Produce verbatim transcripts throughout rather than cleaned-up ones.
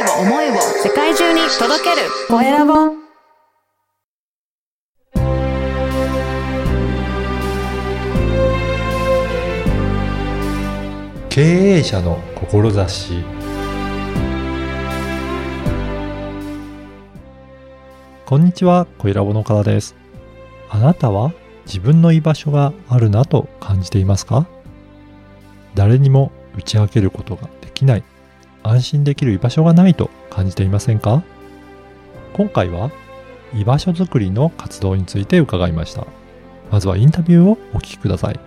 を思いを世界中に届けるコエラボ。 経営者の志。こんにちは、コエラボの岡田です。あなたは自分の居場所があるなと感じていますか？誰にも打ち明けることができない、安心できる居場所がないと感じていませんか？今回は居場所づくりの活動について伺いました。まずはインタビューをお聞きください。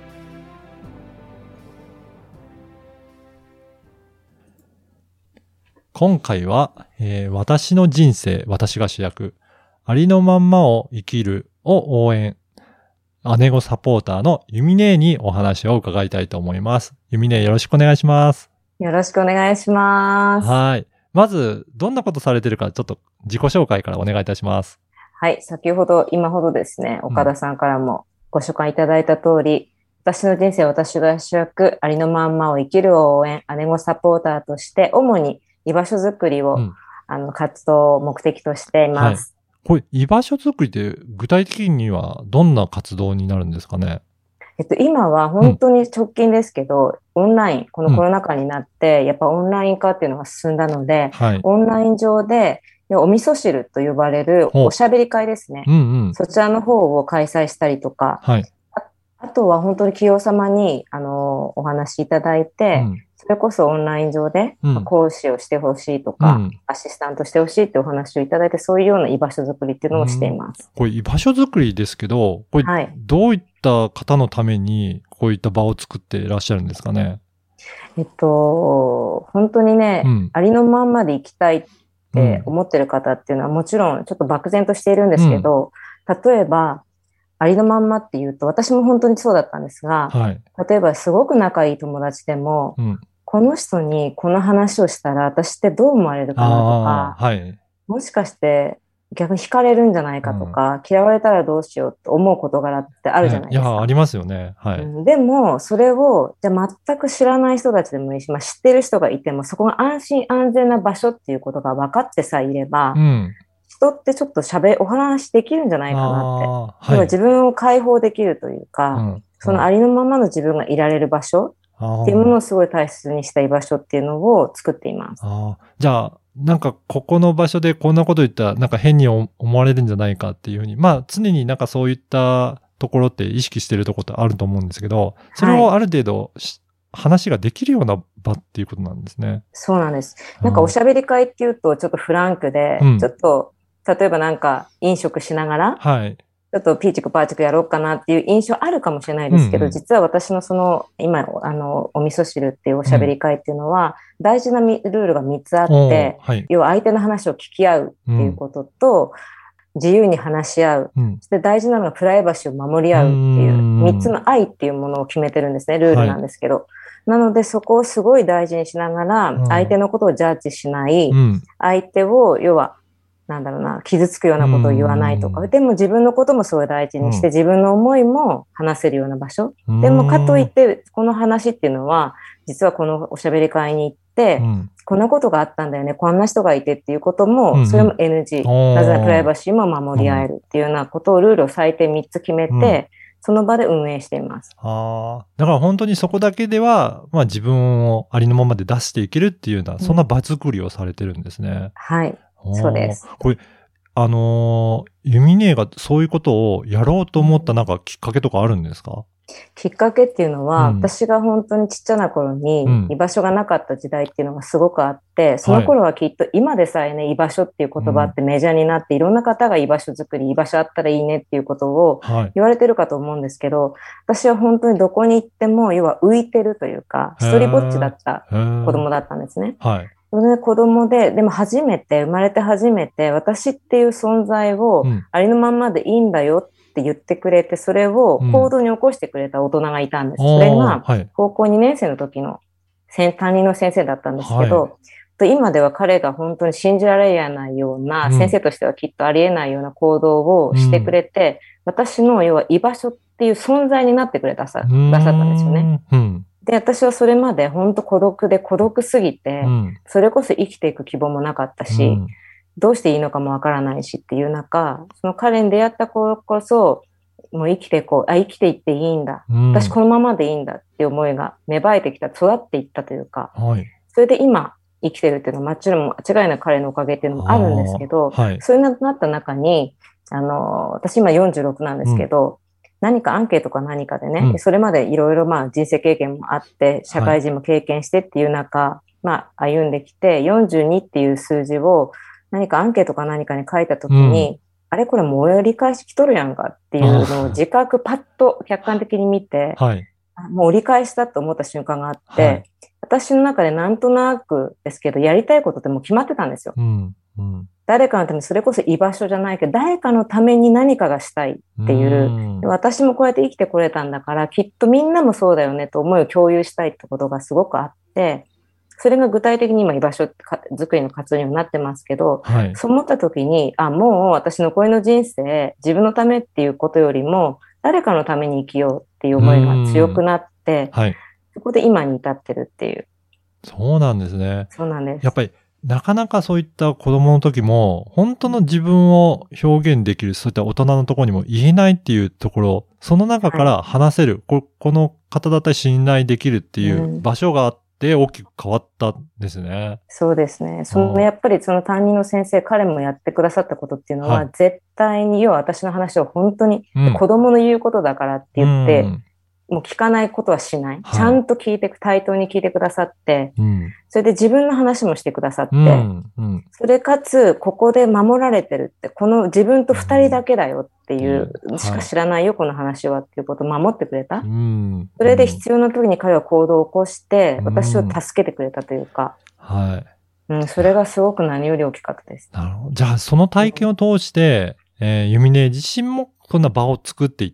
今回は、えー、私の人生、私が主役、ありのまんまを生きるを応援、姉御サポーターのユミネーにお話を伺いたいと思います。ユミネー、よろしくお願いします。 よろしくお願いします。 はい。まず、どんなことされてるか、ちょっと自己紹介からお願いいたします。 はい。先ほど、今ほどですね、岡田さんからもご紹介いただいた通り、うん、私の人生、私が主役、ありのまんまを生きるを応援、姉御サポーターとして、主に居場所づくりを、うん、あの、活動を目的としています。 はい、これ、居場所づくりって具体的にはどんな活動になるんですかね？ えっと、今は本当に直近ですけど、うん、オンライン、このコロナ禍になって、うん、やっぱオンライン化っていうのが進んだので、はい、オンライン上で、お味噌汁と呼ばれるおしゃべり会ですね。うんうん、そちらの方を開催したりとか、はい、あ, あとは本当に企業様に、あの、お話しいただいて、うん、それこそオンライン上で講師をしてほしいとか、うん、アシスタントしてほしいってお話をいただいて、そういうような居場所づくりっていうのをしています。 うん、これ居場所づくりですけど、これどういった方のためにこういった場を作っていらっしゃるんですかね？ えっと、本当にね、うん、ありのまんまで生きたいって思ってる方っていうのはもちろんちょっと漠然としているんですけど、うん、例えば、ありのまんまっていうと、私も本当にそうだったんですが、はい、例えばすごく仲いい友達でも、うんこの人にこの話をしたら私ってどう思われるかなとか、はい、もしかして逆に惹かれるんじゃないかとか、うん、嫌われたらどうしようと思う事柄ってあるじゃないですか。 いや、ありますよね。はい。 うん、でも、それを、じゃあ全く知らない人たちでもいいし、まあ、知ってる人がいても、そこが安心安全な場所っていうことが分かってさえいれば、うん、人ってちょっと喋、お話できるんじゃないかなって。はい、自分を解放できるというか、うん、そのありのままの自分がいられる場所、っていうものをすごい大切にした居場所っていうのを作っています。 あじゃあ、なんかここの場所でこんなこと言ったらなんか変に思われるんじゃないかっていうふうに、まあ常になんかそういったところって意識してるところってあると思うんですけど、それをある程度、はい、話ができるような場っていうことなんですね。 そうなんです。なんかおしゃべり会っていうとちょっとフランクで、うん、ちょっと例えばなんか飲食しながら、はいちょっとピーチクパーチクやろうかなっていう印象あるかもしれないですけど、うんうん、実は私のその、今、あの、お味噌汁っていうおしゃべり会っていうのは、うん、大事なルールがみっつあって、はい、要は相手の話を聞き合うっていうことと、うん、自由に話し合う、うん、そして大事なのがプライバシーを守り合うっていう、みっつの愛っていうものを決めてるんですね、ルールなんですけど。はい、なのでそこをすごい大事にしながら、相手のことをジャッジしない、うん、相手を、要は、なんだろうな、傷つくようなことを言わないとか、でも自分のこともすごい大事にして、自分の思いも話せるような場所。でもかといって、この話っていうのは、実はこのおしゃべり会に行って、うん、こんなことがあったんだよね、こんな人がいてっていうことも、それも エヌジー、うんうん、なぜならプライバシーも守り合えるっていうようなことをルールを最低みっつ決めて、うん、その場で運営しています。 あだから本当にそこだけでは、まあ自分をありのままで出していけるっていうような、そんな場作りをされてるんですね。うん、 はい。そうです。 これ、あのー、ユミネーがそういうことをやろうと思ったなんかきっかけとかあるんですか？ きっかけっていうのは、うん、私が本当にちっちゃな頃に居場所がなかった時代っていうのがすごくあって、うん、その頃はきっと今でさえね、居場所っていう言葉ってメジャーになって、いろんな方が居場所作り、居場所あったらいいねっていうことを言われてるかと思うんですけど、はい、私は本当にどこに行っても、要は浮いてるというか、一人ぼっちだった子供だったんですね。はいそれで子供で、でも初めて、生まれて初めて、私っていう存在をありのまんまでいいんだよって言ってくれて、それを行動に起こしてくれた大人がいたんです。うん、それが、高校にねん生の時の担任の先生だったんですけど、はい、今では彼が本当に信じられないような、うん、先生としてはきっとありえないような行動をしてくれて、うん、私の要は居場所っていう存在になってくれたさ、くださったんですよね。うんで、私はそれまで本当孤独で孤独すぎて、うん、それこそ生きていく希望もなかったし、うん、どうしていいのかもわからないしっていう中、その彼に出会った頃こそ、もう生きていこう、あ、生きていっていいんだ、うん、私このままでいいんだっていう思いが芽生えてきた、育っていったというか、はい、それで今生きてるっていうのはもちろん間違いなく彼のおかげっていうのもあるんですけど、はい、そういうなった中に、あの、私今よんじゅうろくなんですけど、うん、何かアンケートか何かでね、うん、それまでいろいろまあ人生経験もあって、社会人も経験してっていう中、はい、まあ歩んできて、よんじゅうにっていう数字を何かアンケートか何かに書いたときに、うん、あれこれもう折り返し来とるやんかっていうのを自覚パッと客観的に見て、はい、もう折り返したと思った瞬間があって、はい、私の中でなんとなくですけど、やりたいことってもう決まってたんですよ。うんうん、誰かのために、それこそ居場所じゃないけど、誰かのために何かがしたいっていう、う私もこうやって生きてこれたんだから、きっとみんなもそうだよねと思いを共有したいってことがすごくあって、それが具体的に今居場所作りの活動にもなってますけど、はい、そう思った時に、あ、もう私の残りの人生、自分のためっていうことよりも、誰かのために生きようっていう思いが強くなって、はい、そこで今に至ってるっていう。 そうなんですね。 そうなんです。 やっぱり、なかなかそういった子供の時も、本当の自分を表現できる、そういった大人のところにも言えないっていうところ、その中から話せる、はい、こ, この方だったら信頼できるっていう場所があって、大きく変わったんですね。 うん、そうですね。そのやっぱりその担任の先生、彼もやってくださったことっていうのは、はい、絶対に、要は私の話を本当に、うん、子供の言うことだからって言って、うんもう聞かないことはしない。はい、ちゃんと聞いて、対等に聞いてくださって、うん、それで自分の話もしてくださって、うんうん、それかつ、ここで守られてるって、この自分と二人だけだよっていう、うん、しか知らないよ、はい、この話はっていうことを守ってくれた。うん、それで必要な時に彼は行動を起こして、うん、私を助けてくれたというか、はい。うん、それがすごく何より大きかったです。 なるほど。じゃあ、その体験を通して、えー、ユミネ自身もこんな場を作っていって、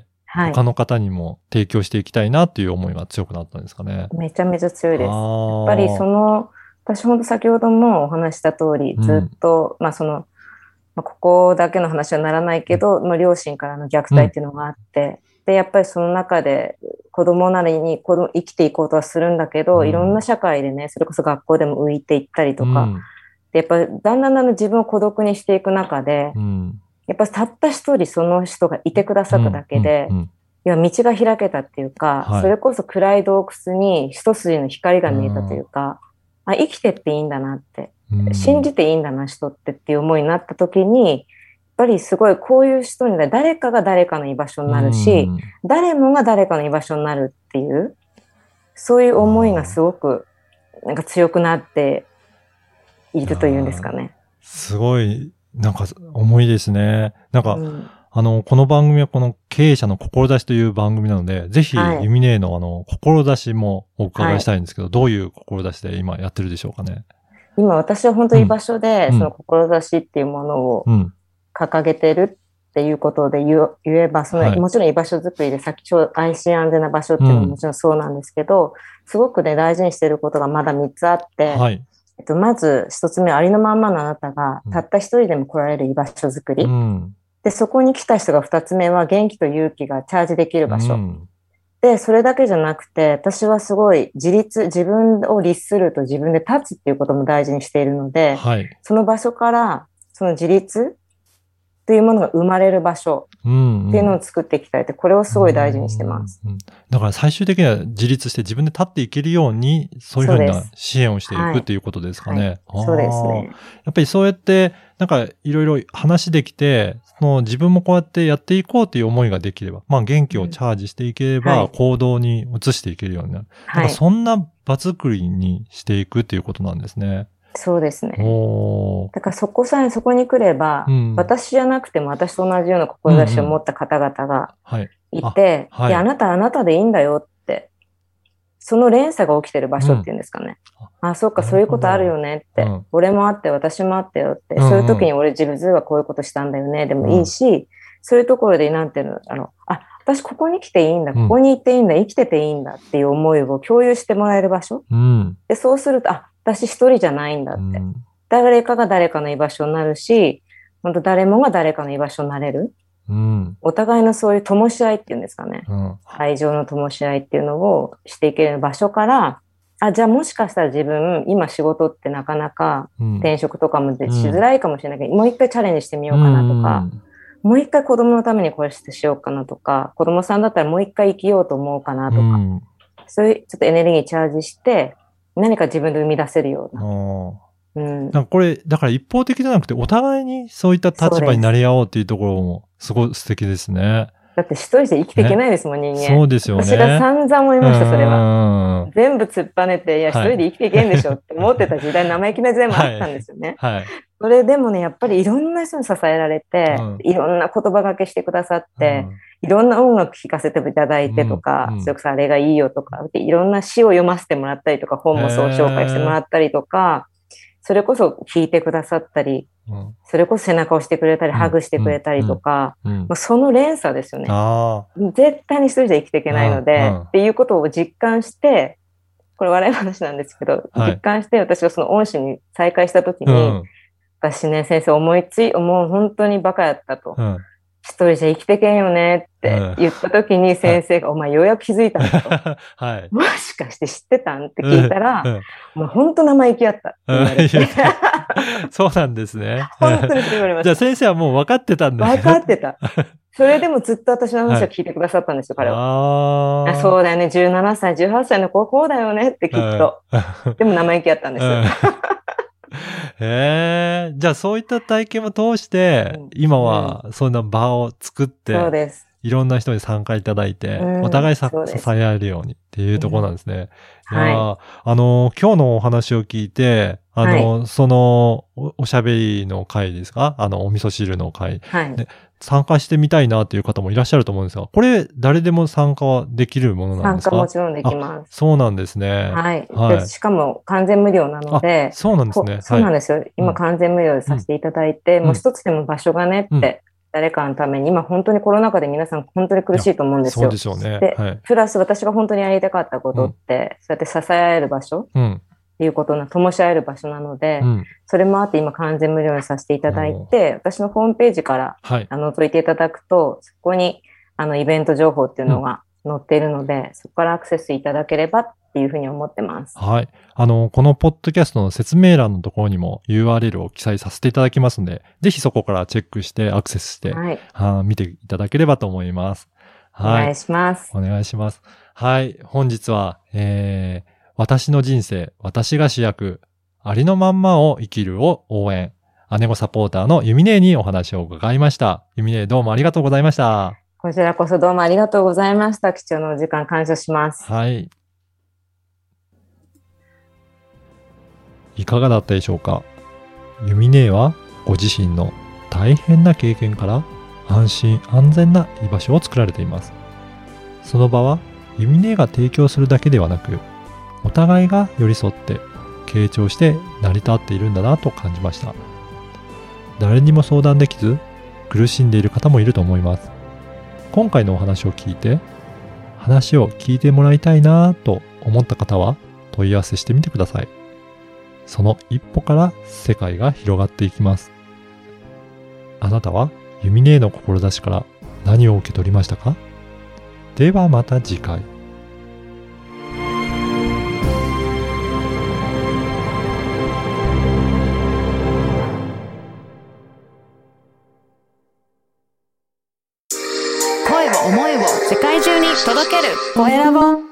はい、他の方にも提供していきたいなっていう思いが強くなったんですかね。 めちゃめちゃ強いです。やっぱりその、私本当先ほどもお話した通り、ずっと、うん、まあその、まあ、ここだけの話はならないけど、まあ、両親からの虐待っていうのがあって、うん、で、やっぱりその中で子供なりに子供生きていこうとはするんだけど、うん、いろんな社会でね、それこそ学校でも浮いていったりとか、うん、でやっぱりだんだんだんだん自分を孤独にしていく中で、うんやっぱたった一人その人がいてくださっただけで、うんうんうん、いや道が開けたっていうか、はい、それこそ暗い洞窟に一筋の光が見えたというか、あ生きてっていいんだなって、信じていいんだな人ってっていう思いになった時に、やっぱりすごいこういう人に誰かが誰かの居場所になるし、誰もが誰かの居場所になるっていう、そういう思いがすごくなんか強くなっているというんですかね。 すごい。なんか、重いですね。なんか、うん、あの、この番組はこの経営者の志という番組なので、ぜひ、ユミネーのあの、志もお伺いしたいんですけど、はい、どういう志で今やってるでしょうかね。 今、私は本当に居場所で、うん、その志っていうものを掲げてるっていうことで言えば、その、はい、もちろん居場所づくりで、さっき安心安全な場所っていうのももちろんそうなんですけど、うん、すごくね、大事にしてることがまだみっつあって、はいえっと、まず一つ目はありのまんまのあなたがたった一人でも来られる居場所づくり、うん、でそこに来た人が二つ目は元気と勇気がチャージできる場所、うん、でそれだけじゃなくて私はすごい自立自分を律すると自分で立つっていうことも大事にしているので、はい、その場所からその自立というものが生まれる場所っていうのを作っていきたいって、これをすごい大事にしてます。 うんうん、だから最終的には自立して自分で立っていけるように、そういうふうな支援をしていくっていうことですかね。 はいはい、そうですね。 やっぱりそうやって、なんかいろいろ話できて、その自分もこうやってやっていこうという思いができれば、まあ元気をチャージしていければ、行動に移していけるようになる。はい、なんかそんな場作りにしていくっていうことなんですね。 そうですね。だからそこさえ、そこに来れば、うん、私じゃなくても私と同じような志を持った方々がいて、あ、はい、あなたあなたでいいんだよって、その連鎖が起きてる場所っていうんですかね。うん、あ、そっか、そういうことあるよねって、うん、俺もあって私もあってよって、うんうん、そういう時に俺自分はこういうことしたんだよね、でもいいし、うん、そういうところでなんていうの、あの、あ、私ここに来ていいんだ、ここに行っていいんだ、生きてていいんだっていう思いを共有してもらえる場所。うん、でそうすると、あ、私一人じゃないんだって、うん。誰かが誰かの居場所になるし、本当誰もが誰かの居場所になれる。 うん、 お互いのそういう灯し合いっていうんですかね、うん、愛情の灯し合いっていうのをしていける場所から、あ、じゃあもしかしたら自分、今仕事ってなかなか転職とかもしづらいかもしれないけど、うん、もう一回チャレンジしてみようかなとか、うん、もう一回子供のためにこれしてしようかなとか、子供さんだったらもう一回生きようと思うかなとか、うん、そういうちょっとエネルギーチャージして、何か自分で生み出せるような。 うん、なんかこれ、だから一方的じゃなくて、お互いにそういった立場になり合おうっていうところも、すごい素敵ですね。 だって一人で生きていけないですもん、ね、人間。 そうですよね。 私が散々思いました、それは。全部突っぱねて、いや、一人で生きていけんでしょって思ってた時代、生意気な時代もあったんですよね。 はいはい、 それでもね、やっぱりいろんな人に支えられて、うん、いろんな言葉がけしてくださって、うん、いろんな音楽聴かせていただいてとか、うんうん、それこそあれがいいよとか、いろんな詩を読ませてもらったりとか、本もそう紹介してもらったりとか、それこそ聞いてくださったり、うん、それこそ背中を押してくれたり、うん、ハグしてくれたりとか、うんうん、もうその連鎖ですよね。絶対に一人で生きていけないので、っていうことを実感して、これ笑い話なんですけど、はい、実感して私がその恩師に再会したときに、うん、私ね、先生思いつい、もう本当にバカやったと。うん、一人じゃ生きてけんよねって言ったときに先生が、うん、お前ようやく気づいたんだと。はい、もしかして知ってたんって聞いたら、うんうん、もう本当生意気やったって言われて。 そうなんですね。 本当にそう言われました。 じゃあ先生はもう分かってたんだね。 分かってた。それでもずっと私の話を聞いてくださったんですよ、はい、彼は。あそうだよね、じゅうななさい、じゅうはっさいの子こうだよねってきっと。でも生意気やったんですよ。 へえ、じゃあそういった体験を通して、うん、今はそんな場を作って、そうです。いろんな人に参加いただいて、うん、お互いさ支え合えるようにっていうところなんですね。うん、いや、はい、あの、今日のお話を聞いて、あの、はい、そのお、おしゃべりの会ですか？あの、お味噌汁の会、はい、で。参加してみたいなっていう方もいらっしゃると思うんですが、これ、誰でも参加はできるものなんですか？ 参加もちろんできます。 そうなんですね。 はい。はい、しかも完全無料なので。 そうなんですね。 そうなんですよ。はい、今完全無料でさせていただいて、うん、もう一つでも場所がねって、うん誰かのために、今本当にコロナ禍で皆さん本当に苦しいと思うんですよ。 そうでしょうね。 で、はい、プラス私が本当にやりたかったことって、うん、そうやって支え合える場所、うん、っていうことな、灯し合える場所なので、うん、それもあって今完全無料にさせていただいて、私のホームページから、はい、あの覗いていただくと、そこにあのイベント情報っていうのが載っているので、うん、そこからアクセスいただければっていうふうに思ってます。 はい。あの、このポッドキャストの説明欄のところにも ユーアールエル を記載させていただきますので、ぜひそこからチェックしてアクセスして、はい、あ見ていただければと思います。 はい。お願いします。 お願いします。はい。本日は、えー、私の人生、私が主役、ありのまんまを生きるを応援。姉子サポーターのユミネーにお話を伺いました。ユミネーどうもありがとうございました。 こちらこそどうもありがとうございました。貴重なお時間感謝します。 はい。いかがだったでしょうか。ユミネーはご自身の大変な経験から安心安全な居場所を作られています。その場はユミネーが提供するだけではなく、お互いが寄り添って傾聴して成り立っているんだなと感じました。誰にも相談できず苦しんでいる方もいると思います。今回のお話を聞いて話を聞いてもらいたいなと思った方は問い合わせしてみてください。その一歩から世界が広がっていきます。あなたはユミネーの志から何を受け取りましたか？ではまた次回。 声を思いを世界中に届けるコエラボ。